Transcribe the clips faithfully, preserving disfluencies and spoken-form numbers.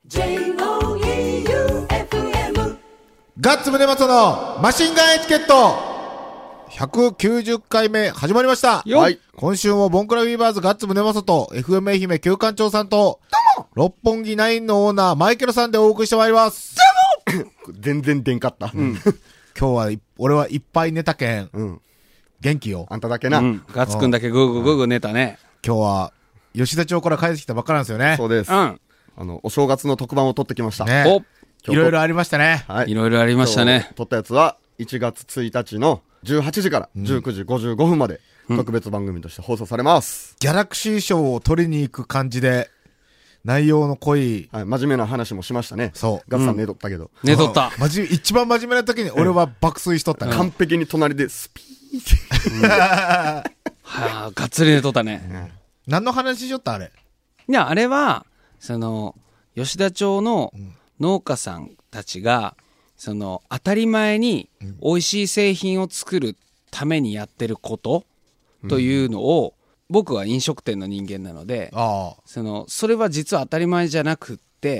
ジェイオーイーユーエフエムガッツムネマソのマシンガンエチケットひゃくきゅうじゅっかいめ始まりました。 はい。 今週もボンクラウィーバーズガッツムネマソと エフエム 愛媛旧館長さんと六本木ナインのオーナーマイケルさんでお送りしてまいります。 全然出んかった。うん。 今日はい俺はいっぱい寝たけん、うん、元気よ。 あんただけな。うん、 ガッツくんだけグーグーグーグー寝たね。 今日は吉田町から帰ってきたばっかなんですよね。 そうです。うん。あの、お正月の特番を撮ってきました。 ね。お、いろいろありましたね。 はい。いろいろありましたね。 撮ったやつは、いちがつついたちのじゅうはちじからじゅうくじごじゅうごふんまで、特別番組として放送されます。 うん、ギャラクシー賞を取りに行く感じで、内容の濃い。 はい、真面目な話もしましたね。 そう。 ガッツさん寝とったけど。 寝とった。 真面目、一番真面目な時に俺は爆睡しとったね。 完璧に隣でスピーって。 はぁ、がっつり寝とったね。 何の話しよったあれ。 いや、あれは、その、吉田町の農家さんたちが、その、当たり前に美味しい製品を作るためにやってることというのを、僕は飲食店の人間なので、その、それは実は当たり前じゃなくって、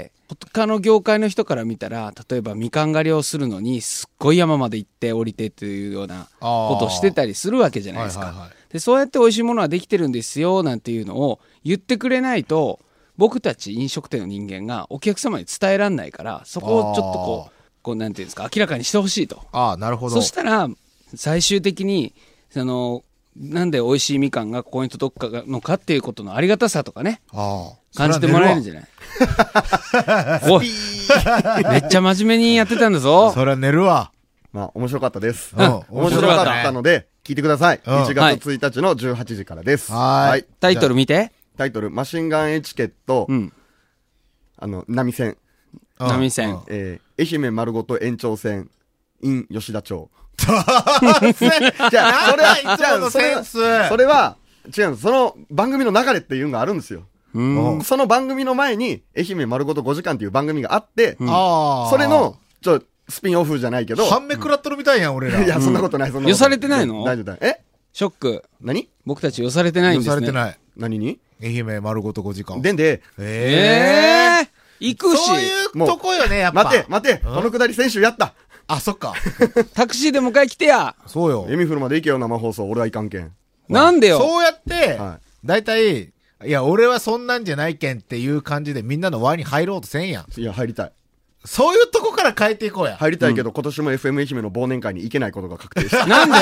他の業界の人から見たら、例えばみかん狩りをするのに、すっごい山まで行って降りてというようなことをしてたりするわけじゃないですか。で、そうやって美味しいものはできてるんですよ、なんていうのを言ってくれないと、僕たち飲食店の人間がお客様に伝えらんないから、そこをちょっとこう、こうなんていうんですか、明らかにしてほしいと。 ああ、なるほど。 そしたら、最終的に、その、なんで美味しいみかんがここに届くのかっていうことのありがたさとかね、ああ感じてもらえるんじゃないおい、めっちゃ真面目にやってたんだぞ。 それは寝るわ。 まあ、面白かったです。うん、面白かったので、聞いてください。うん、いちがつついたちのじゅうはちじからです。 はい。はい。 タイトル見て。 タイトル、マシンガンエチケット、うん、あの、波線。 波線。 えー、愛媛丸ごと延長線、in 吉田町。 じゃあ、それは、じゃあ、それは、 それは、違うんです。その番組の流れっていうのがあるんですよ。うん、その番組の前に、愛媛丸ごとごじかんっていう番組があって、うん、それの、ちょ、スピンオフじゃないけど。 半目食らっとるみたいやん、俺ら。 いや、そんなことない、そんなことない。 寄されてないの？ 大丈夫だ。え？ ショック。 何？ 僕たち寄されてないんですね。 寄されてない。 何に？ 愛媛丸ごとごじかん。 でんで、 えー、行くし。 そういうとこよね、やっぱ。 待て、待て、このくだり先週やった。 あ、そっか。 タクシーで迎え来てや。 そうよ。 エミフルまで行けよ、生放送。俺はいかんけん。 なんでよ。 そうやって、だいたい、いや、俺はそんなんじゃないけんっていう感じでみんなの輪に入ろうとせんやん。 いや、入りたい。 そういうとこから変えていこうや。 入りたいけど、うん、今年も エフエム 愛媛の忘年会に行けないことが確定した。 なんで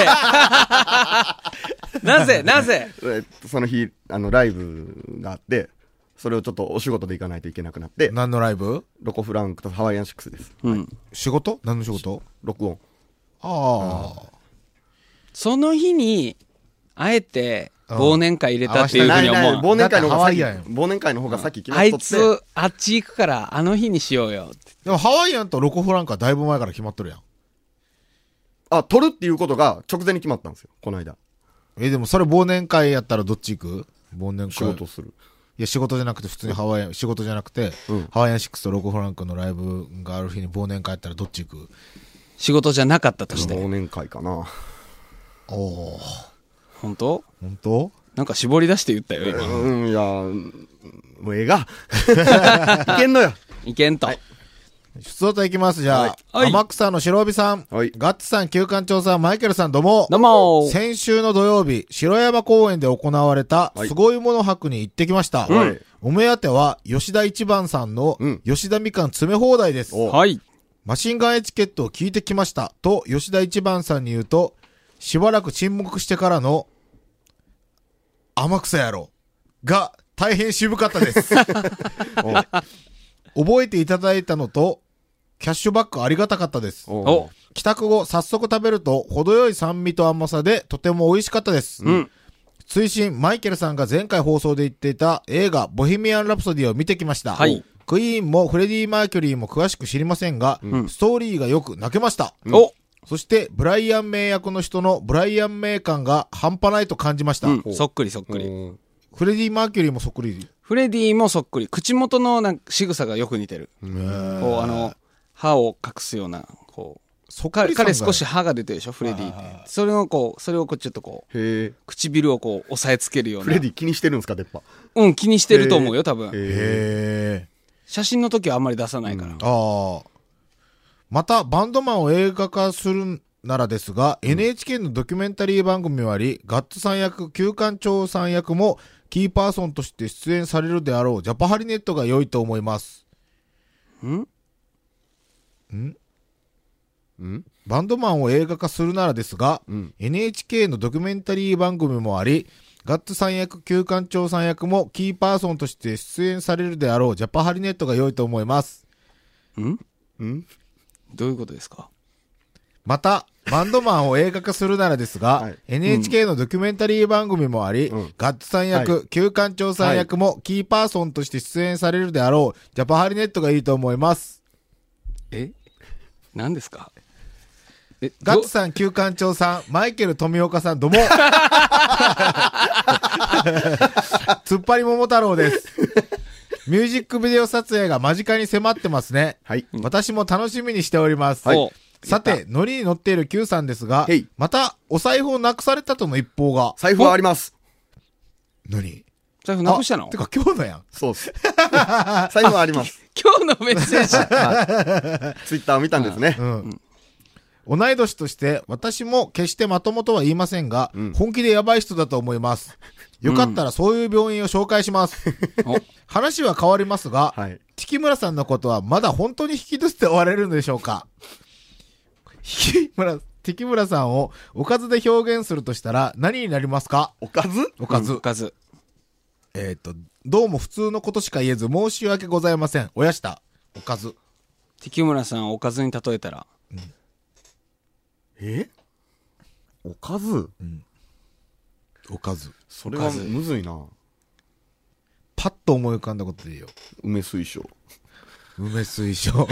なぜなぜその日、あの、ライブがあって、それをちょっとお仕事で行かないといけなくなって。 何のライブ？ ロコフランクとハワイアンシックスです。 うん。 はい、 仕事？何の仕事？ 録音。 ああ。 その日に、あえて、忘年会入れたっていうふうに思う。 忘年会の方が先、忘年会の方が先決まっとって。 あいつ、あっち行くから、あの日にしようよって。 でもハワイアンとロコフランクはだいぶ前から決まっとるやん。 あ、撮るっていうことが直前に決まったんですよ、この間。 え、でもそれ忘年会やったらどっち行く？忘年会。 仕事する。 いや、仕事じゃなくて普通にハワイアン、仕事じゃなくて、うん、ハワイアンシックスとロコフランクのライブがある日に忘年会やったらどっち行く？ 仕事じゃなかったとして。 忘年会かな。 おお。 本当？ 本当？ なんか絞り出して言ったよ、今。 うん、いや、もうええが。いけんのよ。 いけんと。はい、 出動といきます、じゃあ。はい、天草の白帯さん、はい、ガッツさん、旧館長さん、マイケルさん、どうも。 どうも。 先週の土曜日、白山公園で行われた、すごいもの博に行ってきました。はい、お目当ては、吉田一番さんの、吉田みかん詰め放題です。 はい。 マシンガンエチケットを聞いてきました。と、吉田一番さんに言うと、しばらく沈黙してからの、天草やろが大変渋かったです。覚えていただいたのと、キャッシュバックありがたかったです。帰宅後、早速食べると、程よい酸味と甘さでとても美味しかったです。うん、追伸、マイケルさんが前回放送で言っていた映画、ボヘミアン・ラプソディを見てきました。はい、クイーンもフレディ・マーキュリーも詳しく知りませんが、うん、ストーリーがよく泣けました。うん、おそして、ブライアン・メイ役の人のブライアン・メイ感が半端ないと感じました。うん、 そっくりそっくり。 フレディ・マーキュリーもそっくり。 フレディもそっくり。口元のなんか仕草がよく似てる。こう、あの、歯を隠すような、こう。そっくり彼少し歯が出てるでしょ、フレディって。それをこう、それをこうちょっとこう、へ唇をこう、押さえつけるような。 フレディ気にしてるんですか、出っ歯。 うん、気にしてると思うよ、多分。へえ。 写真の時はあんまり出さないから。 ああ。また、バンドマンを映画化するならですが、うん、エヌエイチケー のドキュメンタリー番組もあり、ガッツさん役、旧館長さん役もキーパーソンとして出演されるであろうジャパハリネットが良いと思います。 んんんバンドマンを映画化するならですが、うん、エヌエイチケー のドキュメンタリー番組もあり、ガッツさん役、旧館長さん役もキーパーソンとして出演されるであろうジャパハリネットが良いと思います。 んんどういうことですか？ また、バンドマンを映画化するならですが、はい、エヌエイチケー のドキュメンタリー番組もあり、うん、ガッツさん役、はい、旧館長さん役もキーパーソンとして出演されるであろうジャパハリネットがいいと思います。え何ですか？ えガッツさん、旧館長さん、マイケル富岡さん、どうも。突っ張り桃太郎です。ミュージックビデオ撮影が間近に迫ってますね。はい。私も楽しみにしております。はい。さて、ノリに乗っている Q さんですが、またお財布をなくされたとの一報が。 財布はあります。 何？ 財布なくしたの？ てか今日のやん。 そうっす。財布はあります。 今日のメッセージ。 はい、ツイッターを見たんですね。うん。 同い年として私も決してまともとは言いませんが、うん、本気でやばい人だと思います。よかったらそういう病院を紹介します。うん、話は変わりますが、はい、木村さんのことはまだ本当に引き出して終われるのでしょうか？木村、木村さんをおかずで表現するとしたら何になりますか？ おかず？ おかず。 うん、おかず。 えっと、どうも普通のことしか言えず申し訳ございません。おやした。おかず。 木村さんをおかずに例えたら、うん、 えおかず、 うん、おかず。 それはむずいな。 パッと思い浮かんだことでいいよ。 梅水晶。 梅水晶。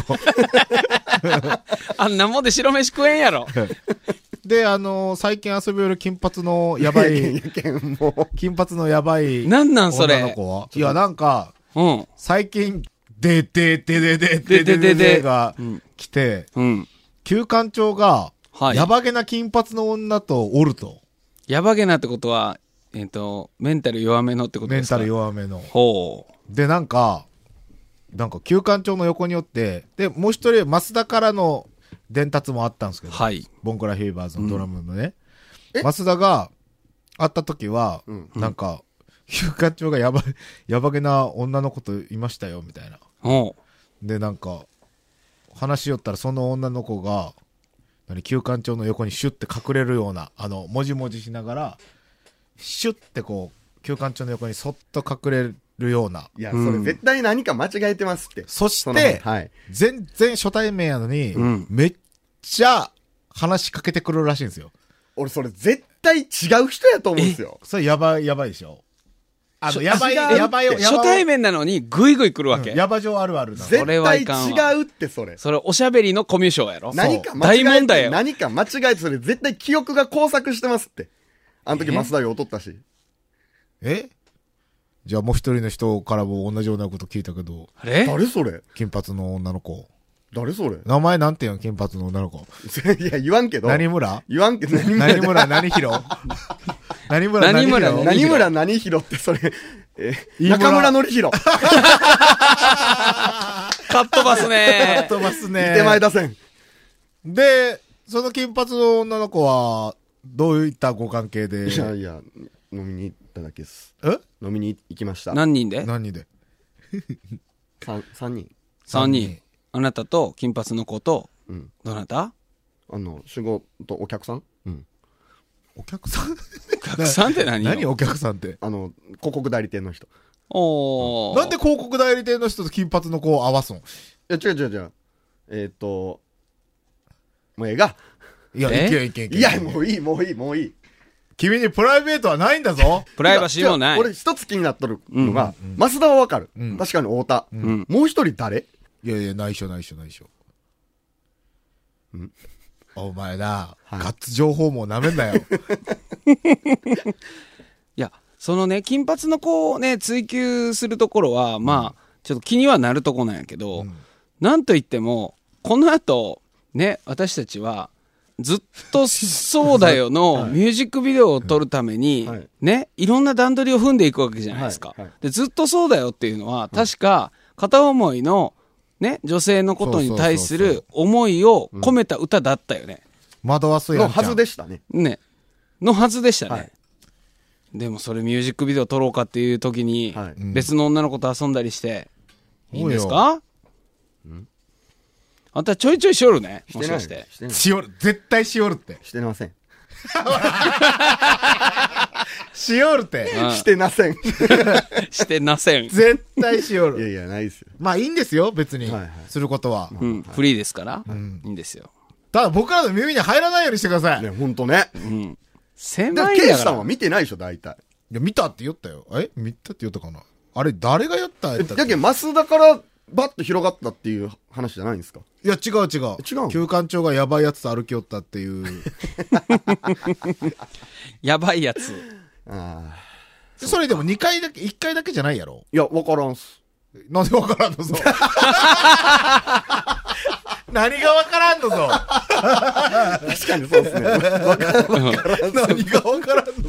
あんなもんで白飯食えんやろ。 で、あのー、最近遊びよる金髪のやばい、金髪のやばい。 なんなんそれ。 女の子は。いや、なんか、うん、最近、でででででででででが来て、うん、旧館長が、はい、やばげな金髪の女とおると。 やばげなってことは、えっと、メンタル弱めのってことですか？ メンタル弱めの。ほう。で、なんか、なんか、旧館長の横におって、で、もう一人、増田からの伝達もあったんですけど、はい。ボンクラフィーバーズのドラムのね。うん、増田が会った時は、うん、なんか、旧館長がやば、やばげな女の子といましたよ、みたいな。ほう。で、なんか、話しよったら、その女の子が、旧館長の横にシュッて隠れるような、あの、もじもじしながら、シュッてこう、旧館長の横にそっと隠れるような。 いや、それ絶対何か間違えてますって。 そして、はい、全然初対面やのに、うん、めっちゃ話しかけてくるらしいんですよ。 俺それ絶対違う人やと思うんですよ。 それやばい、やばいでしょ。あの、やばい、やばい、やばい。 初対面なのにグイグイ来るわけ。 うん、やば状あるあるな。 絶対違うってそれ。 それおしゃべりのコミュ障やろ。 何か間違えて、 大問題よ。 何か間違えて、それ絶対記憶が交錯してますって。あの時増田が劣ったし。 えじゃあもう一人の人からも同じようなこと聞いたけど。 あれ誰それ金髪の女の子。 誰それ名前なんて言うの金髪の女の子。 いや、言わんけど。 何村言わんけど、 何村何村何広何村何広何村何広ってそれ、えー、中村のりひろ。カットバスねカットバスね手前出せん。 で、その金髪の女の子は、どういったご関係で？ いやいや、飲みに行っただけです。 え飲みに行きました。 何人で？ 何人で三、三人。 三人。あなたと金髪の子と、うん、どなた？ あの、仕事、お客さん？うん。 お客さんお客さんって何？ 何お客さんって。 あの、広告代理店の人。 おー。 なんで広告代理店の人と金髪の子を合わすの？いや、違う違う違う。えっと、もうええが。 いや、いけいけいけ。 いや、もういい、もういい、もういい。 君にプライベートはないんだぞ。 プライバシーもない。 俺一つ気になっとるのが、うんうん、増田はわかる、うん。確かに太田、うん。もう一人誰？ いやいや、内緒内緒内緒。んお前な、はい、ガッツ情報も舐めんなよ。 いや、そのね、金髪の子をね、追求するところは、まあ、ちょっと気にはなるとこなんやけど、うん、なんといっても、この後、ね、私たちは、ずっとそうだよのミュージックビデオを撮るために、ね、いろんな段取りを踏んでいくわけじゃないですか。で、ずっとそうだよっていうのは、確か、 片思いの、ね、女性のことに対する思いを込めた歌だったよね。 惑わすやんちゃん。 のはずでしたね。 ね。のはずでしたね。 はいでもそれミュージックビデオ撮ろうかっていう時に、 はい別の女の子と遊んだりして、 うんいいんですか？あんたちょいちょいしおるね。もしかして。 してない。 しおる。絶対しおるって。 してません。 しおるって。 うんしてません。いしてなせん。 絶対しおる。 やいや、ないですよ。 まあいいんですよ、別に。 はいはいすることは。 うん、フリーですから、 んいいんですよ。 ただ僕らの耳に入らないようにしてください。 ね、ほんとね。 うん。 で狭いんだからケイシさんは。見てないでしょ、大体。 いや、見たって言ったよ。え見たって言ったかなあれ、誰がやったんやったっけだけど、増田からバッと広がったっていう話じゃないんですか？ いや、違う違う。 違う旧館長がやばいやつと歩き寄ったっていう。 やばいやつ。 ああ。 それでもにかいだけ、いっかいだけじゃないやろいや、わからんす。 なんでわからんのぞ。何がわからんのぞ。 確かにそうですね。わからん。 何がわからんのぞ。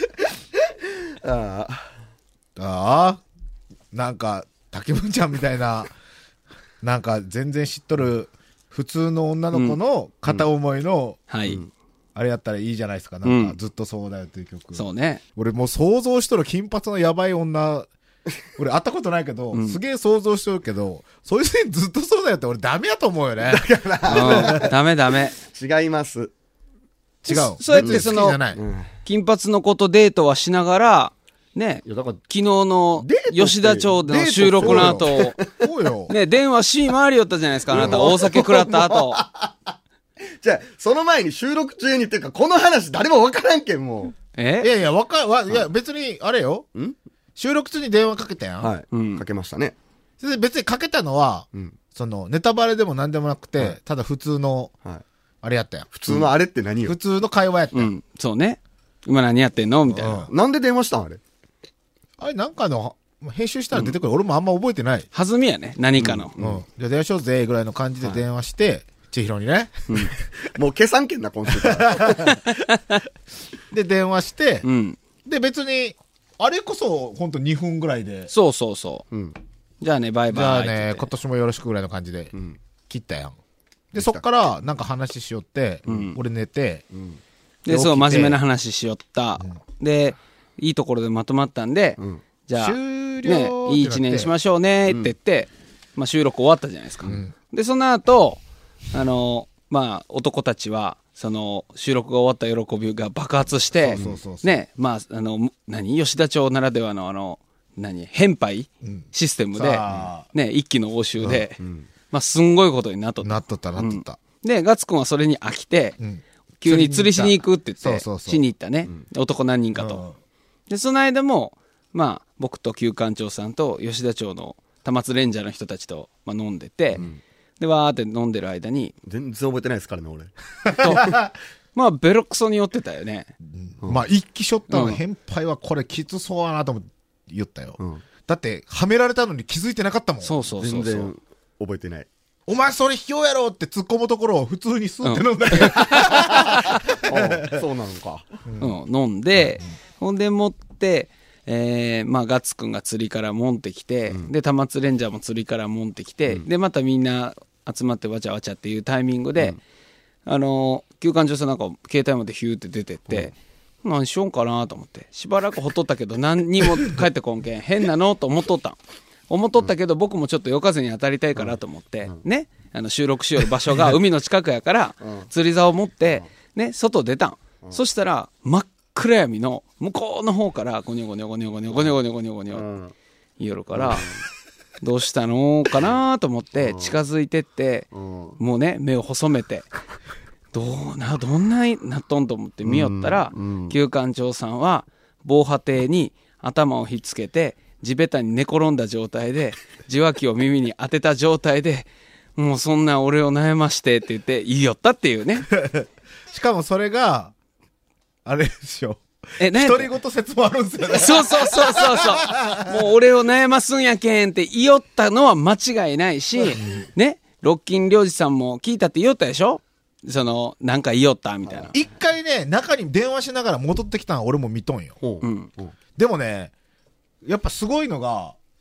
ああ。 ああ、なんか、竹文ちゃんみたいな、なんか全然知っとる普通の女の子の片思いの、 はい。 あれやったらいいじゃないですか。なんか、ずっとそうだよっていう曲。 そうね。 俺もう想像しとる金髪のやばい女、俺会ったことないけど、 んすげえ想像しとるけど、そういう人にずっとそうだよって俺ダメやと思うよね。 うん。ダメダメ。 違います。 違う。 そうやってその別に好きじゃない。 うん。 金髪の子とデートはしながら、ね、 いや、だから、 昨日のデートって吉田町での収録の後、 そうよ。 ね、電話し回りよったじゃないですか、あなた。大酒食らった後。 じゃあ、その前に収録中にっていうか、この話誰もわからんけん、もいえやいや、わか、わ、いや、別に、あれよ。 ん収録中に電話かけたやう。 ん。 はい。 うんかけましたね。 それで別にかけたのは、 うん。 その、ネタバレでも何でもなくて、 はいただ普通の、 はい。 あれやったやん。 普通のあれって何よ普。通の会話やったやん。 うん。そうね。今何やってんのみたいな。 うんなんで電話したんあれ。 あれ、なんかの、編集したら出てくる。俺もあんま覚えてない。 弾みやね。何かの。 うん。じゃあ電話しようぜ、ぐらいの感じで電話して、千尋にね。 もう計算権な、今週から。 で、電話して、 うん。 で、別に、あれこそ、ほんとにふんぐらいで、 そうそうそう。 うん。 じゃあね、バイじゃあバイって言って。 ね、今年もよろしくぐらいの感じでう、ん。 切ったやん。で、そっから、なんか話しよって、俺寝て、 うん。 で、そう、 起きて真面目な話しよった。で、いいところでまとまったんで、 うん。 じゃあ、 終了ね、いい一年にしましょうねって言って、まあ収録終わったじゃないですか。 んで、その後、あの、まあ男たちは、その収録が終わった喜びが爆発してそうそうそう、そうね、まあ、あの、何吉田町ならではのあの、何返杯んシステムでさあ、 ね、一気の応酬で、まあすんごいことになっとった。 なっとった、なっとった。 で、ガッツくんはそれに飽きて、 ん急に釣りしに行くって言って、 そうそうそうしに行ったね。男何人かと。で、その間も、まあ、僕と旧館長さんと吉田町の田松レンジャーの人たちと、まあ、飲んでて、で、わーって飲んでる間に、 全然覚えてないですからね、俺。 とまあ、ベロクソに酔ってたよね。 まあ、一気ショットうんの返杯はこれきつそうだなと思って言ったよ。 うん。 だって、はめられたのに気づいてなかったもん。 そうそうそうそう。 全然覚えてない。 お前それ卑怯やろって突っ込むところを普通にスーって飲んだけど、 ああ、そうなのか。 うん、飲んで、ほんでもって、えー、まあ、ガッツくんが釣りから持ってきて、で、田松レンジャーも釣りから持ってきて、で、またみんな集まってわちゃわちゃっていうタイミングで、あのー、旧館長さんなんか携帯までヒューって出てって、何しようかなと思って、しばらくほっとったけど、何にも帰ってこんけん、変なのと思っとったん。思っとったけど、僕もちょっと夜風に当たりたいからと思って、ね、あの収録しよる場所が海の近くやから、釣り竿を持って、ね、外出たん。そしたら、真っ暗闇の向こうの方からゴニョゴニョゴニョゴニョゴニョゴニョゴニョゴニョうん。 言うるから、どうしたのかなと思って近づいてって、 うん。 もうね、目を細めて、どうな、どんななっとんと思って見よったら、旧館長さんは防波堤に頭をひっつけて、地べたに寝転んだ状態で、受話器を耳に当てた状態で、もうそんな俺を悩ましてって言って言いよったっていうね。 しかもそれが、あれでしょ。 え、ね独り言説もあるんですよね。 そうそうそうそうそう。もう俺を悩ますんやけんって言いよったのは間違いないし、ね、ロッキン領事さんも聞いたって言いよったでしょその、なんか言いよったみたいな。 一回ね、中に電話しながら戻ってきたのは俺も見とんよ。 ほう。 うん。 でもね、やっぱすごいのが、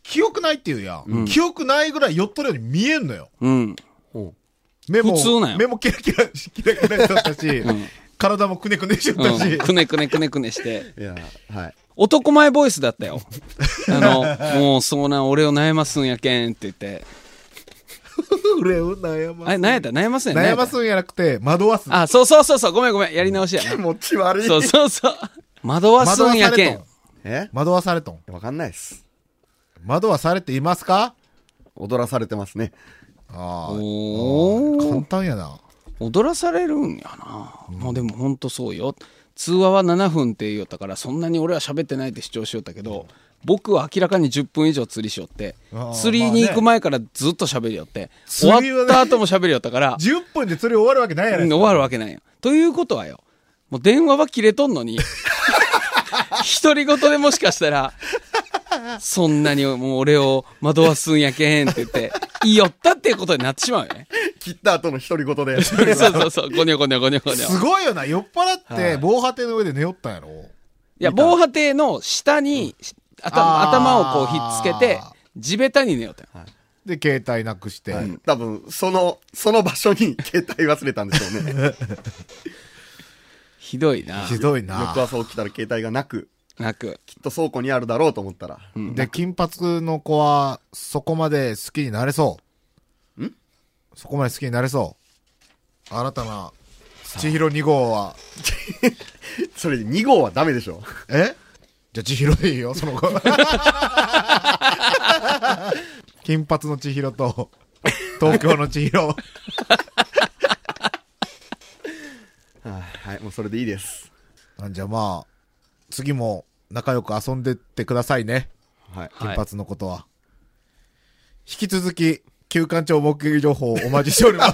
記憶ないっていうやん。うん、記憶ないぐらい酔っとるように見えんのよ。 うん。 目も、 普通なんよ。 目もキラキラ、キラキラしとったし、うん、体もくねくねしとったし、 うん。くねくねくねくねして。 いや、はい。 男前ボイスだったよ。あの、もうそうな、俺を悩ますんやけんって言って。 俺を悩ます。 あれ、何やった悩ますんや悩ますんやなくて、惑わす。 あ、そうそうそうそう、ごめんごめん、やり直しやな。 気持ち悪い。 そうそうそう。惑わすんやけん。 え惑わされとん。 わかんないっす。 惑わされていますか？ 踊らされてますね。 ああ。おー。簡単やな。 踊らされるんやな。うん、まあでもほんとそうよ。通話はななふんって言おったから、そんなに俺は喋ってないって主張しよったけど、僕は明らかにじゅっぷん以上釣りしよって、釣りに行く前からずっと喋りよって、終わった後も喋りよったから、 じゅっぷんで釣り終わるわけないやないですか。 終わるわけないよ。ということはよ、もう電話は切れとんのに、独り言でもしかしたら、そんなにもう俺を惑わすんやけんって言って、言いよったっていうことになってしまうよね。 切った後の独り言で。 そうそうそう、ゴニョゴニョゴニョゴニョ。 すごいよな、酔っ払って、防波堤の上で寝よったんやろ。 いや、防波堤の下に、うん、頭, 頭をこうひっつけて、地べたに寝よったよ、はい。 で、携帯なくして。 はい、多分、その、その場所に携帯忘れたんでしょうね。 ひどいな。 ひどいな。 翌朝起きたら携帯がなく。 なく。 きっと倉庫にあるだろうと思ったら。 うん、で、金髪の子は、そこまで好きになれそう。んそこまで好きになれそう。新たな、千尋に号は。 それでに号はダメでしょ。 えじゃあ千尋でいいよ、その子。金髪の千尋と、東京の千尋。 はい、もうそれでいいです。 じゃあまあ、次も仲良く遊んでってくださいね。 はい。 金髪のことは。はい、引き続き、旧館長目撃情報をお待ちしております。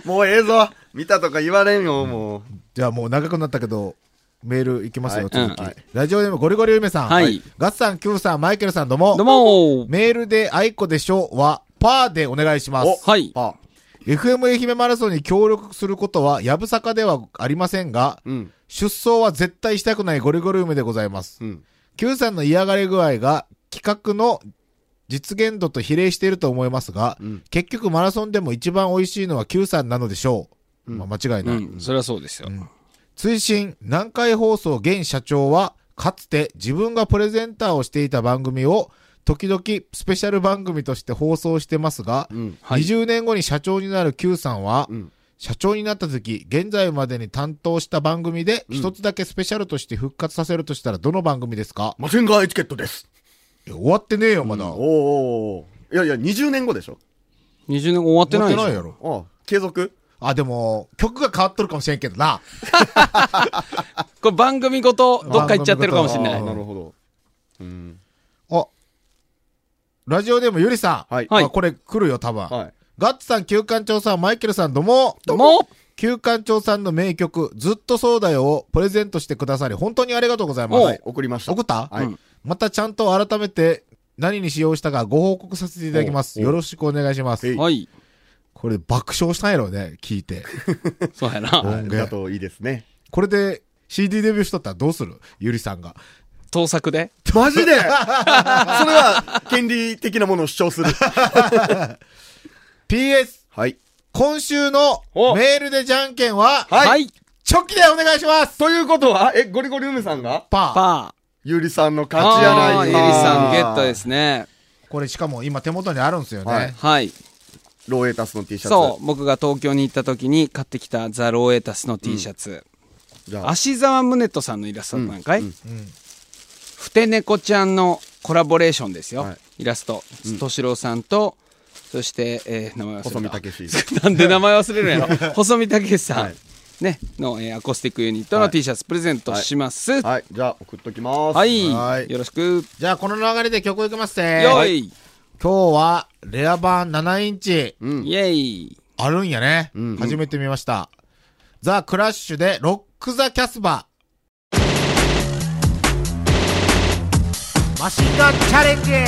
もうええぞ。見たとか言われんよ、もう。 じゃあもう長くなったけど、メールいきますよ、 はい、 続き、 うんはい。 ラジオネームゴリゴリ梅さん。 はい。 ガッツさん、キューさん、マイケルさん、どうも。 どうも。 メールであいこでしょは、パーでお願いします。 はい。 パー。 エフエム 愛媛マラソンに協力することは、やぶさかではありませんが、うん、出走は絶対したくないゴリゴリ梅でございます。うん、Q さんの嫌がり具合が、企画の実現度と比例していると思いますが、うん、結局マラソンでも一番美味しいのは Q さんなのでしょう。うん、まあ、間違いない、 うん。それはそうですよ。うん、 追伸、南海放送現社長は、かつて自分がプレゼンターをしていた番組を、時々スペシャル番組として放送してますが、うんはい、にじゅうねんごに社長になる Q さんは、うん、社長になった時、現在までに担当した番組で一つだけスペシャルとして復活させるとしたらどの番組ですか？ マシンガンエチケットです。 終わってねえよ、まだ。うん、 おー。いやいや、にじゅうねんごでしょ ? にじゅうねんご終わってないでしょ。 終わってないやろ。 ああ、継続？ あ、でも、曲が変わっとるかもしれんけどな。 これ番組ごとどっか行っちゃってるかもしれない。 なるほど。うん。 あ、ラジオネームゆりさん。 はい。 あ、これ来るよ、多分。はい。ガッツさん、旧館長さん、マイケルさん、どうも。 どうも。 旧館長さんの名曲、ずっとそうだよをプレゼントしてくださり、本当にありがとうございます。 はい、送りました。 送った？ はい、うん。 またちゃんと改めて何に使用したかご報告させていただきます。よろしくお願いします。 はい。 これ爆笑したんやろね、聞いて。 そうやな。 だといいですね。 これで シーディー デビューしとったらどうする？ゆりさんが。 盗作で？ マジでそれは権利的なものを主張する。 ピーエス。 はい。 今週のメールでじゃんけんは、 はい。 チョキでお願いします。 ということは、え、ゴリゴリ梅さんがパー。 パー。 ゆりさんの勝ちやないか。 ゆりさんゲットですね。 これしかも今手元にあるんですよね。 はい。 はい。 ローエータスの T シャツ。 そう。僕が東京に行った時に買ってきたザ・ローエータスの T シャツ。うん、じゃあ。芦沢宗人さんのイラストなんかい、うんうん、ふて猫ちゃんのコラボレーションですよ。はい、イラスト。敏郎さんと、そして、えー、名前忘れた。 細見武史。 なんで名前忘れるんやろ。細見武史さん、はい、ね、の、えー、アコースティックユニットの T シャツプレゼントします。 はい。はい、じゃあ送っときます。 はい。はいよろしく。 じゃあこの流れで曲いきますね。 よい。 今日はレア版ななインチ。 うん、イェイ。 あるんやね。うん、初めて見ました。ザ・クラッシュでロック・ザ・キャスバー。マシンガンチャレンジ。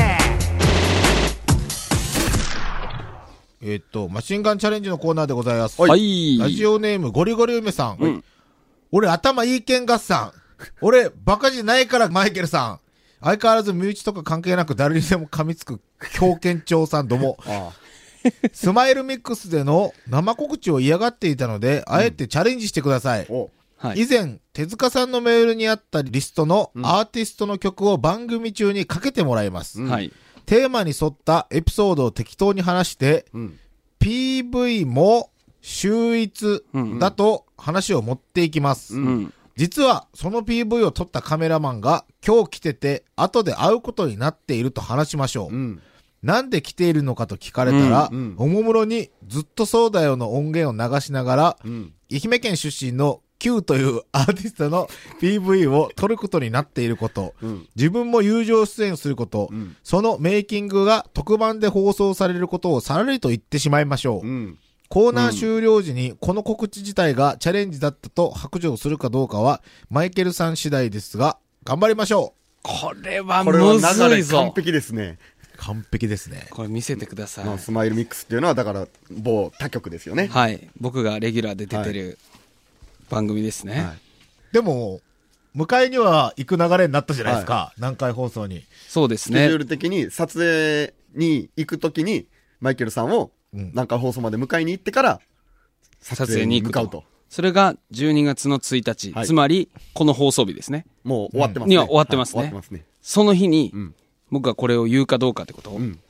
えっと、マシンガンチャレンジのコーナーでございます。 はい。 ラジオネームゴリゴリ梅さん。うん、俺頭いいけん合算。俺バカじゃないからマイケルさん。 相変わらず身内とか関係なく誰にでも噛みつく狂犬長さんども。 あスマイルミックスでの生告知を嫌がっていたので、あえてチャレンジしてください。 おはい。 以前、手塚さんのメールにあったリストのアーティストの曲を番組中にかけてもらいます。 うんはい。 テーマに沿ったエピソードを適当に話して、 うん。 ピーブイ も秀逸だと話を持っていきます。 うんうん。 実は、その ピーブイ を撮ったカメラマンが今日来てて、後で会うことになっていると話しましょう。 うん。 なんで来ているのかと聞かれたら、 うんうんおもむろにずっとそうだよの音源を流しながら、 うん。 愛媛県出身の Q というアーティストの ピーブイ を撮ることになっていること、 うん。 自分も友情出演すること、 うん。 そのメイキングが特番で放送されることをさらりと言ってしまいましょう。 うん。 コーナー終了時にこの告知自体がチャレンジだったと白状するかどうかはマイケルさん次第ですが、頑張りましょこれはこれはむず流れ完いぞ。 璧ですね。 う。完璧ですね。 これ見せてください。 まあ、スマイルミックスっていうのは、だから、某他局ですよね。 はい。僕がレギュラーで出てる番組ですね。 はい。 でも、迎えには行く流れになったじゃないですか。南海放送に。 そうですねスケジュー。ル的に撮影に行くときに、マイケルさんをうん南海放送まで迎えに行ってから、 撮影に行くと向かうと。 それがじゅうにがつのついたち、 はいつまりこの放送日ですね。 もう終わってますね。 には終わってますねはい終わってますね。 その日にうん。 僕がこれを言うかどうかってこと、いうん。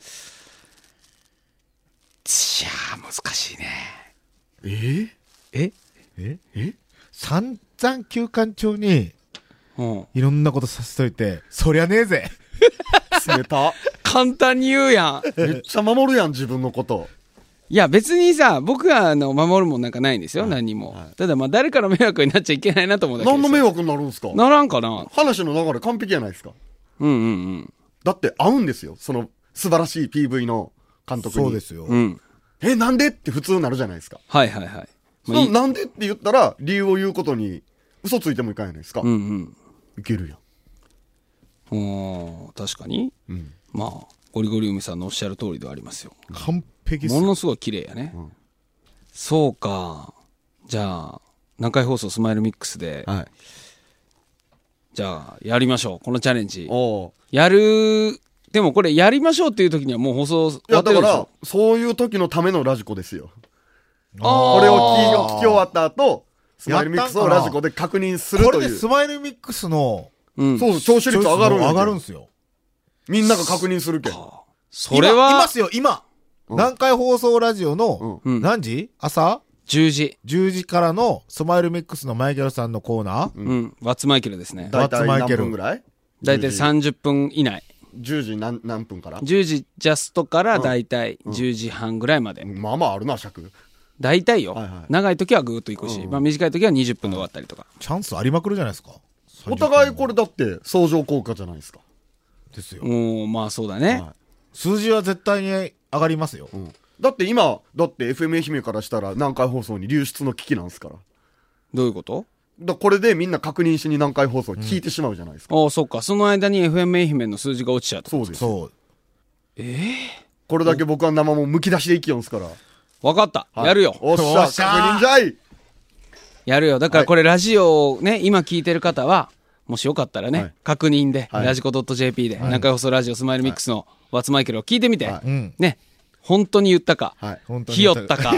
やー難しいね。 ええええ散々休館長にうん。 いろんなことさせといて、そりゃねえぜ。 冷た。 簡単に言うやん。 めっちゃ守るやん、自分のこと。 いや別にさ、僕はあの守るもんなんかないんですよ、何にも。 はいただまあ誰から迷惑になっちゃいけないなと思うだけですよ。 何の迷惑になるんですかならんかな。 話の流れ完璧じゃないですか。 うんうんだって会うんですよ。その素晴らしい ピーブイ の監督に。 そうですよ。 うん。うん。 え、なんでって普通になるじゃないですか。 はいはいはい。 そまあいいのなんでって言ったら、理由を言うことに嘘ついてもいかんやないですか。 うんうん。 いけるやん。 おー確かに。 うん。 まあ、ゴリゴリ梅さんのおっしゃる通りではありますよ。 完璧っすよ。 ものすごい綺麗やね。 うんそうか。じゃあ、南海放送スマイルミックスで、 はい。 じゃあ、やりましょう。このチャレンジ。 おーやる、でもこれやりましょうっていう時にはもう放送終いや、 わってだからるでしょ。、 そういう時のためのラジコですよ。 あーこれを聞き聞き終わった後、スマイルミックスをラジコで確認することれいう。 でスマイルミックスのうん。 そうそう、聴取率上がるんや上がるんん。 すよ。 みんなが確認するけん。 それは今いますよ、今。 うん南海放送ラジオの、 うん。 うん、 何時朝じゅうじ。 じゅうじからのスマイルミックスのマイケルさんのコーナー、 うん。ワッツマイケルですね。 だいたい何ワッツマイケル分ぐらいだいたいさんじゅっぷん以内。 じゅうじ何何分からじゅうじジャストからだいたいじゅうじはんぐらいまで。 まあまああるな、尺。 だいたいよ、 はいはい長い時はぐーっといくし、 うんまあ短い時はにじゅっぷんで終わったりとか。 チャンスありまくるじゃないですか。 お互いこれだって相乗効果じゃないですか。 ですよ。 もう、まあそうだね。 は数字は絶対に上がりますよ。 いうんだって今、だって エフエム 愛媛からしたら南海放送に流出の危機なんですから。 どういうことだからこれでみんな確認しに南海放送聞いてしまうじゃないですか。 ああ、そっか。その間に エフエム 愛媛の数字が落ちちゃうと。 そうです。 そう。 これだけ僕は生もむき出しでいきよんすから。 わかった。 はいやるよ。 おっしゃ、 おっしゃ確認じゃい。 やるよ。だからこれラジオをね、今聞いてる方は、もしよかったらね、 はい確認で、 はいラジコ .jp で、南海放送ラジオスマイルミックスのワッツマイケルを聞いてみて、 はいうん。 ね、本当に言ったか、 はい。 本当にひよったか、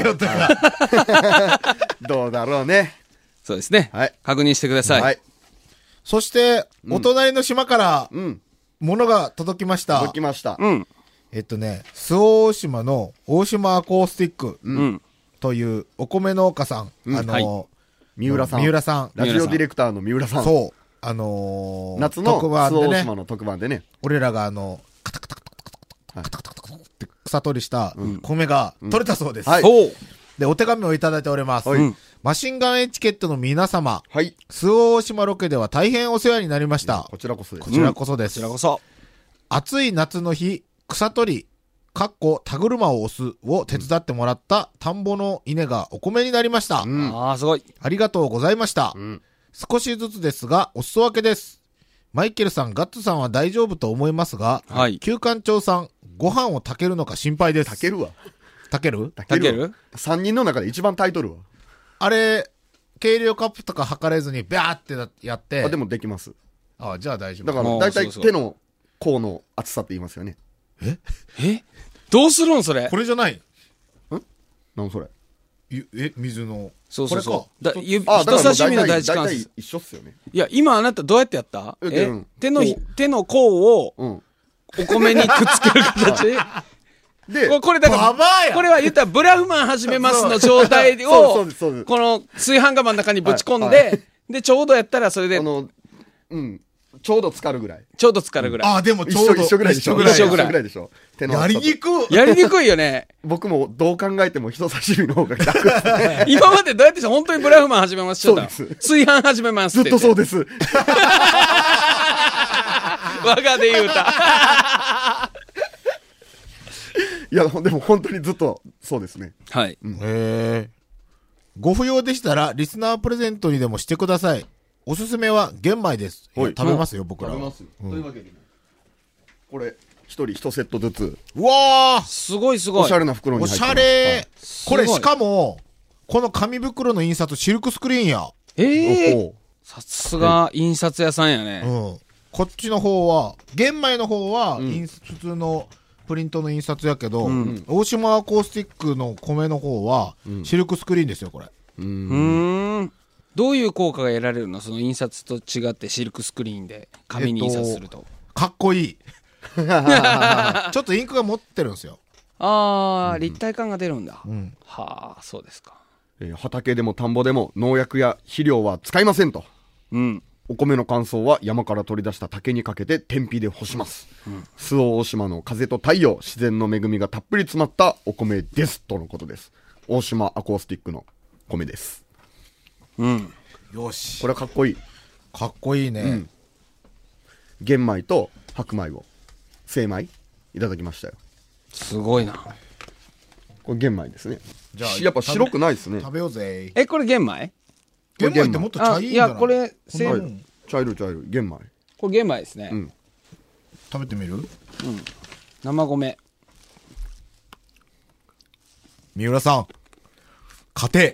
どうだろうね。 そうですね、 はい確認してください。 はい。 そして、お隣の島からうん。 物が届きました。 届きました。 うん、 えっとね、周防大島の大島アコースティックうん、 というお米農家さん。 うんあの、 はい三浦さん。 三浦さん。 ラジオディレクターの三浦さん。 そう。あのー、 夏の特番でね、 周防大島の特番でね。 俺らがあの、カタカタカタカタカタカタカタって草取りした米が取れたそうです。 はいそう。 で、お手紙をいただいております。 はいうんマシンガンエチケットの皆様、 はい。 周防大島ロケでは大変お世話になりました。 こちらこそですこ。ちらこそです。 こちらこそ。 暑い夏の日、草取り、かっこ田車を押すを手伝ってもらった田んぼの稲がお米になりました。 うん。 ああ、すごい。 ありがとうございました。 うん。 少しずつですが、お裾分けです。マイケルさん、ガッツさんは大丈夫と思いますが、 はい旧館長さん、ご飯を炊けるのか心配です。 炊けるわ。 炊ける炊けるわ炊け。 三人の中で一番タイトルは。 あれ、計量カップとか測れずに、ビャーってやって、 あ、でもできます。 あじゃあ大丈夫。 だから、 もうだいたいそうそう手の高の厚さって言いますよね。 えどうするんそれ。 これじゃない。 なんそれ。 え、水の。 そうそうそう。だあ、 人だからもう差し指の第一関大体節。 一緒っすよね。 いや、今あなたどうやってやったええうん手のこう、 手の甲をうん。 お米にくっつける形で、 これだから、 ババアやこれは言ったらブラフマン始めますの状態そうそをうです、そうです。 この炊飯釜の中にぶち込んはいで、で、ちょうどやったらそれであ、の、うん。ちょうど浸かるぐらい。 ちょうど浸かるぐらい。 あ、でもち一緒、 ょうど。 一緒ぐらいでしょ。 一緒ぐらい一緒ぐらい一緒ぐらいでしょ。手のや厚さとりにくい。 やりにくいよね。 僕もどう考えても人差し指の方が楽ですね。 今までどうやってした本当にブラフマン始めますって言ったそうで炊飯始めますってずっとそうでです。 我がで言うた。 いや、でも本当にずっとそうですね。 はい。 へえ。ご不要でしたら、リスナープレゼントにでもしてください。おすすめは玄米です。いやはい食べますよ、僕らは。 よ。というわけでね、これ、一人一セットずつ、 うわーすごいすごい。 おしゃれな袋におし入ってます。 ゃれすごいこれしかも、この紙袋の印刷シルクスクリーンや。 ええおさすが印刷屋さんやうね。 ん。こっちの方は、玄米の方は、印刷普通のプリントの印刷やけど、大島アコースティックの米の方は、シルクスクリーンですよ、これ。 うーん。どういう効果が得られるのその印刷と違ってシルクスクリーンで紙に印刷すると。 かっこいい。ちょっとインクが持ってるんですよ。 ああ、立体感が出るんだ。 んはあ、そうですか。 えー畑でも田んぼでも農薬や肥料は使いませんと。 うん。 お米の乾燥は山から取り出した竹にかけて天日で干します。周防大島の風と太陽、自然の恵みがたっぷり詰まったお米ですとのことです。大島アコースティックの米です。 うん。 よし。 これはかっこいい。 かっこいいね。 うん玄米と白米を精米いただきましたよ。 すごいな。 これ玄米ですね。 じゃあやっぱ白くないですね。 食べようぜ。 え、これ玄米玄米ってもっと茶あ、 いいんじゃないいや、これ、せはいん、 茶色い茶色い玄米。 これ玄米ですね。 うん食べてみる生米。 三浦さん。家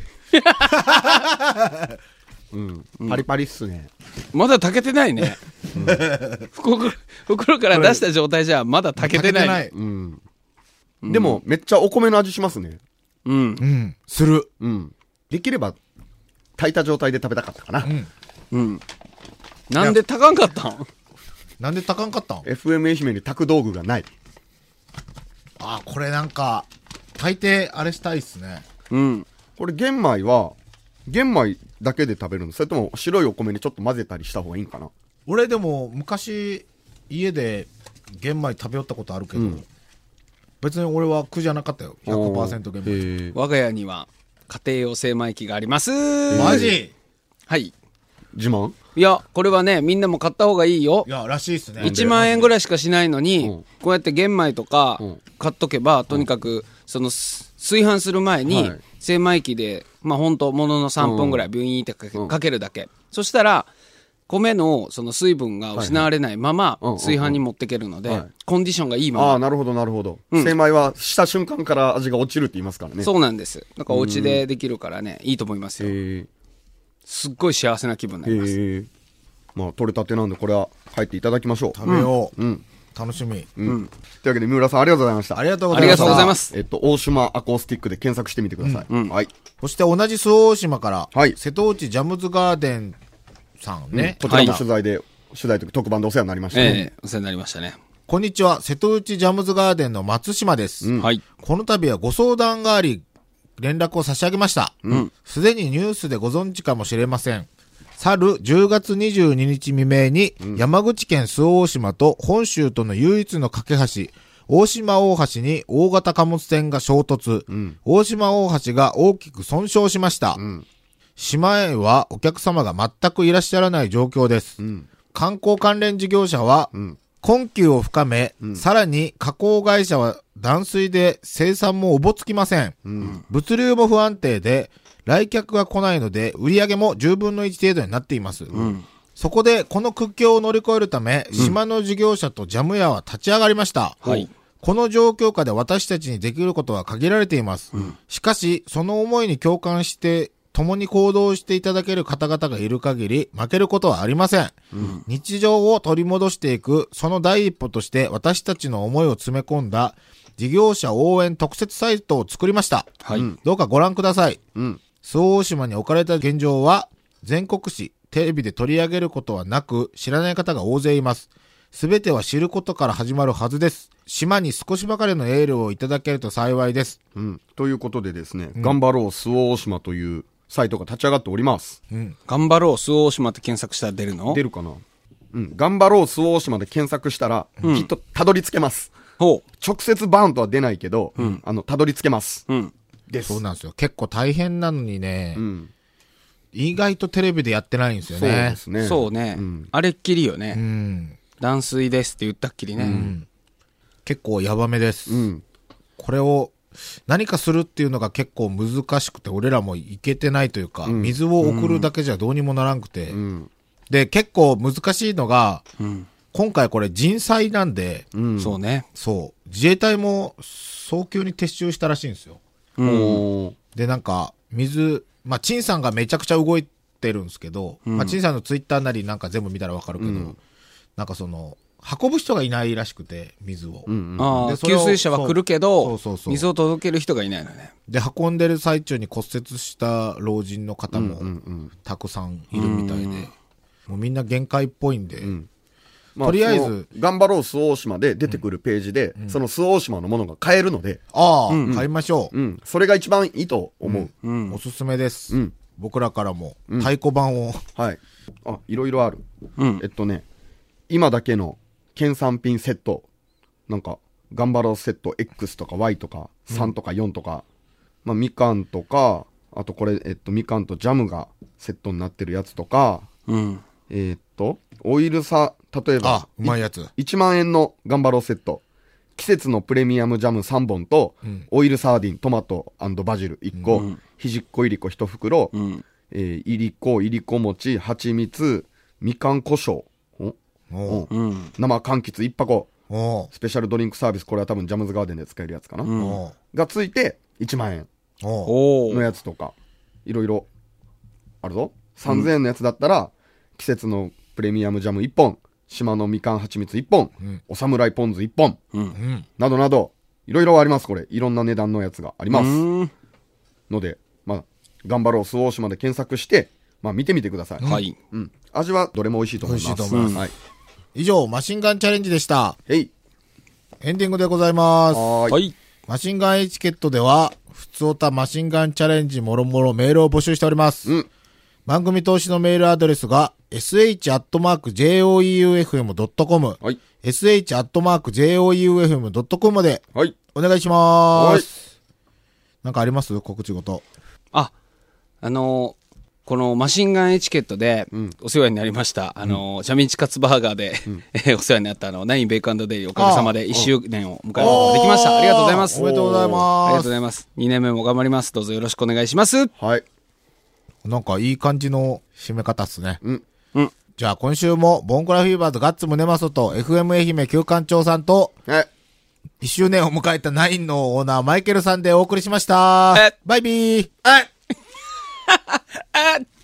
うん。パリパリっすね。 まだ炊けてないね。袋袋から出した状態じゃまだ炊庭。 けてない。 炊けうん。でもめっちゃお米の味しますね。 うん。 てない。うん。する。 うん。できれば炊いた状態で食べたかったかな。 うん。なんで炊かんかったんなんで炊かんかったんエフエム 愛媛に炊く道具がない。 あ、これなんか、大抵あれしたいっすね。 うん。 これ玄米は玄米だけで食べるの？それとも白いお米にちょっと混ぜたりした方がいいんかな？ 俺でも昔、家で玄米食べよったことあるけど、 うん別に俺は苦じゃなかったよ。ひゃくパーセント玄米。 へー我が家には家庭用精米機があります。 マジはい。 自慢？ いや、これはね、みんなも買った方がいいよい。や、らしいっすね。 いちまん円ぐらいしかしないのに、 うんこうやって玄米とかうん買っとけば、とにかく、その、す炊飯する前にはい、 精米機で、まあ本当もののさんぷんぐらいビューインってかけ,、 うんかけるだけ。そしたら、米のその水分が失われないままうんうんうん炊飯に持ってけるので、 はいコンディションがいいあまあ、なるほどなるほど。 うん精米はした瞬間から味が落ちるって言いますからね。 ま。そうなんです。なんかお家でできるからね、いいと思いますよ。 へえ。 すっごい幸せな気分になります。 へえ。まあ取れたてなんでこれは帰っていただきましょう。 食べよう。 うん。 楽しみ。 うん。というわけで三浦さんありがとうございました。 ありがとうごありがざいました。 とうございます。 えっと、大島アコースティックで検索してみてください。 うんうんはい。 そして同じ周防大島から、 はい瀬戸内ジャムズガーデンさんね。 こちらも取材で、取材と特番でお世話になりましたえね。 えお世話になりましたね。 こんにちは、瀬戸内ジャムズガーデンの松島です。 うんはい。 この度はご相談があり、連絡を差し上げました。 んすでにニュースでご存知かもしれません。去るじゅうがつにじゅうににち未明に、山口県周防大島と本州との唯一の架け橋、大島大橋に大型貨物船が衝突、 ん大島大橋が大きく損傷しました。 ん島へはお客様が全くいらっしゃらない状況です。 ん観光関連事業者は、 ん困窮を深め、さらに加工会社は断水で生産もおぼつきません。物流も不安定で、来客が来ないので、売り上げもじゅうぶんのいち程度になっています。そこで、この苦境を乗り越えるため、島の事業者とジャム屋は立ち上がりました。 はいこの状況下で私たちにできることは限られています。しかし、その思いに共感して共に行動していただける方々がいる限り、負けることはありません。うん、日常を取り戻していく、その第一歩として私たちの思いを詰め込んだ、事業者応援特設サイトを作りました。はい。どうかご覧ください。うん。周防大島に置かれた現状は、全国紙、テレビで取り上げることはなく、知らない方が大勢います。すべては知ることから始まるはずです。島に少しばかりのエールをいただけると幸いです。 うん。ということでですね、うん、頑張ろう周防大島というサイトが立ち上がっております。 うん。頑張ろう周防大島って検索したら出るの？ 出るかな。うん。頑張ろう周防大島で検索したら、うん、きっとたどり着けます。ほう。直接バーンとは出ないけど、うん、あの、たどり着けます。うん。です。 そうなんですよ。結構大変なのにね、うん。意外とテレビでやってないんですよね。 そうですね。 そうね。うん、あれっきりよね。うん。断水ですって言ったっきりね。うん、 結構ヤバめです、うん。これを何かするっていうのが結構難しくて、俺らもいけてないというか、うん、水を送るだけじゃどうにもならんくて。うん、で、結構難しいのが、うん、今回これ人災なんで、 うん、そうね。 そう。自衛隊も早急に撤収したらしいんですよ。うん、で、なんか、水、まあ、陳さんがめちゃくちゃ動いてるんですけど、うん、まあ、陳さんのツイッターなりなんか全部見たらわかるけど、うん、なんかその、運ぶ人がいないらしくて、水を。 うんうん、ああ、給水車は来るけど、そうそうそう、水を届ける人がいないのね。 で、運んでる最中に骨折した老人の方も、たくさんいるみたいで、うんうんうん、もうみんな限界っぽいんで、うん、まあ、とりあえず、 頑張ろう周防大島で出てくるページで、うん、その周防大島のものが買えるので、 ああ、うんうん、買いましょう、 うん。それが一番いいと思う。 うんうん、おすすめです。うん、僕らからも、太鼓判を、 うん。はい。あ、いろいろある。うん、えっとね、今だけの県産品セット、なんか、頑張ろうセット X とか Y とかさんとかよんとか、うん、まあみかんとか、あとこれ、えっと、みかんとジャムがセットになってるやつとか、うん、えー、っと、オイルさ、例えば、 あ、うまいやつ。 いちまんえんの頑張ろうセット。季節のプレミアムジャムさんぼんと、うん、オイルサーディン、トマト&バジルいっこ、うん、ひじっこいりこいち袋、うん、えー、いりこ、いりこ餅、蜂蜜、みかん胡椒、おうん、生柑橘いち箱、スペシャルドリンクサービス、これは多分ジャムズガーデンで使えるやつかな、うん、がついていちまんえんのやつとか、いろいろあるぞ。さんぜんえんのやつだったら、季節のプレミアムジャムいっぽん、島のみかん蜂蜜いっぽん、うん、お侍ポン酢いっぽん、うん、などなど、いろいろあります。これ、いろんな値段のやつがあります。ので、まあ、頑張ろう周防大島で検索して、まあ見てみてください。はい。うん。味はどれも美味しいと思います。美味しいと思います。うん、はい。 以上、マシンガンチャレンジでした。 へい。 エンディングでございます。 はい。 マシンガンエチケットでは、ふつおたマシンガンチャレンジもろもろメールを募集しております。うん。番組投資のメールアドレスが、エスエイチ アットマーク ジェイオーイーユーエフエム ドットコム、はい、エスエイチ アットマーク ジェイオーイーユーエフエム ドットコム まで、はい、お願いしまーす。はい、なんかあります告知事。 あ、あのー、このマシンガンエチケットでお世話になりました、うん、あのー、シャミンチカツバーガーで、うん、お世話になったあの、ナインベーク&デイリーおかげさまでいっしゅうねんを迎えることができました。ありがとうございます。 おめでとうございます。 ありがとうございます。にねんめも頑張ります。どうぞよろしくお願いします。 はい。 なんかいい感じの締め方っすね。うん。うん。じゃあ今週も、ボンクラフィーバーズガッツムネマソと エフエム 愛媛旧館長さんと、えいっしゅうねんを迎えたナインのオーナーマイケルさんでお送りしました。バイビー。 ああ